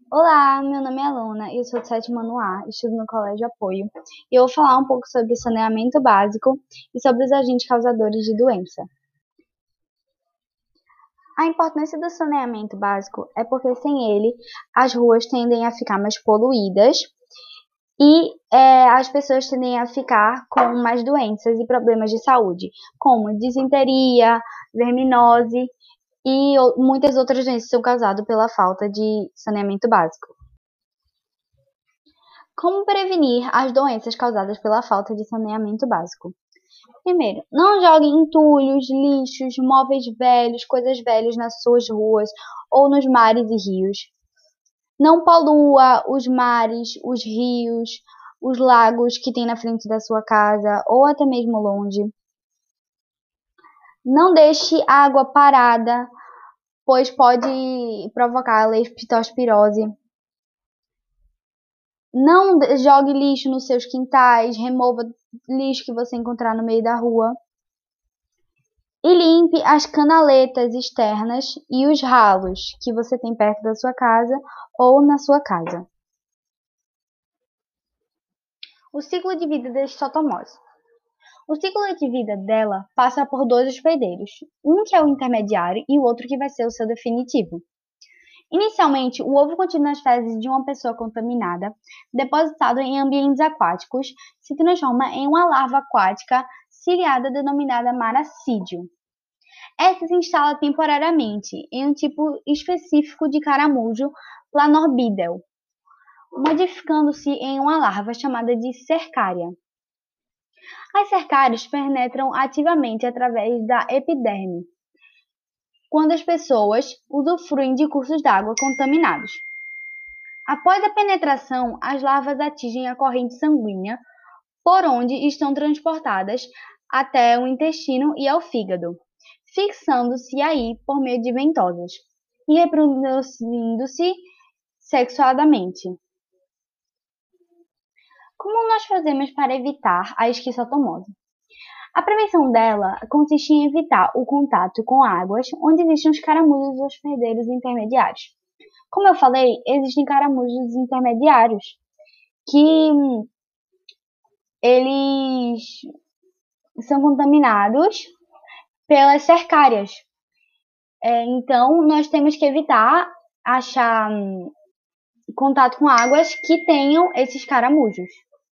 Olá, meu nome é Alana e eu sou do sétimo ano A, estudo no Colégio Apoio, e eu vou falar um pouco sobre saneamento básico e sobre os agentes causadores de doença. A importância do saneamento básico é porque sem ele as ruas tendem a ficar mais poluídas e as pessoas tendem a ficar com mais doenças e problemas de saúde, como disenteria, verminose e muitas outras doenças são causadas pela falta de saneamento básico. Como prevenir as doenças causadas pela falta de saneamento básico? Primeiro, não jogue entulhos, lixos, móveis velhos, coisas velhas nas suas ruas ou nos mares e rios. Não polua os mares, os rios, os lagos que tem na frente da sua casa ou até mesmo longe. Não deixe água parada, pois pode provocar leptospirose. Não jogue lixo nos seus quintais, remova lixo que você encontrar no meio da rua. E limpe as canaletas externas e os ralos que você tem perto da sua casa ou na sua casa. O ciclo de vida da estotomose. O ciclo de vida dela passa por dois hospedeiros, um que é o intermediário e o outro que vai ser o seu definitivo. Inicialmente, o ovo contida nas fezes de uma pessoa contaminada, depositado em ambientes aquáticos, se transforma em uma larva aquática ciliada denominada marasídeo. Esta se instala temporariamente em um tipo específico de caramujo planorbidel, modificando-se em uma larva chamada de cercária. As cercárias penetram ativamente através da epiderme, quando as pessoas usufruem de cursos d'água contaminados. Após a penetração, as larvas atingem a corrente sanguínea, por onde estão transportadas até o intestino e ao fígado, fixando-se aí por meio de ventosas e reproduzindo-se sexuadamente. Como nós fazemos para evitar a esquistotomose? A prevenção dela consiste em evitar o contato com águas onde existem os caramujos hospedeiros intermediários. Como eu falei, existem caramujos intermediários que eles são contaminados pelas cercárias. Então, nós temos que evitar achar contato com águas que tenham esses caramujos.